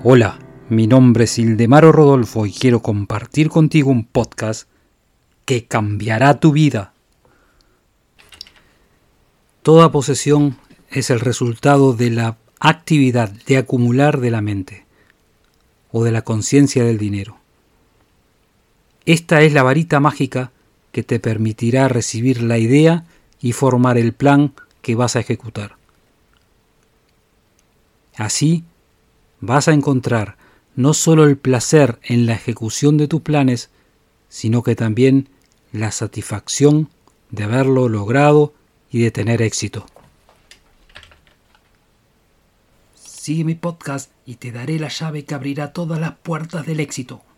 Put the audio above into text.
Hola, mi nombre es Ildemaro Rodolfo y quiero compartir contigo un podcast que cambiará tu vida. Toda posesión es el resultado de la actividad de acumular de la mente o de la conciencia del dinero. Esta es la varita mágica que te permitirá recibir la idea y formar el plan que vas a ejecutar. Así, vas a encontrar no solo el placer en la ejecución de tus planes, sino que también la satisfacción de haberlo logrado y de tener éxito. Sigue mi podcast y te daré la llave que abrirá todas las puertas del éxito.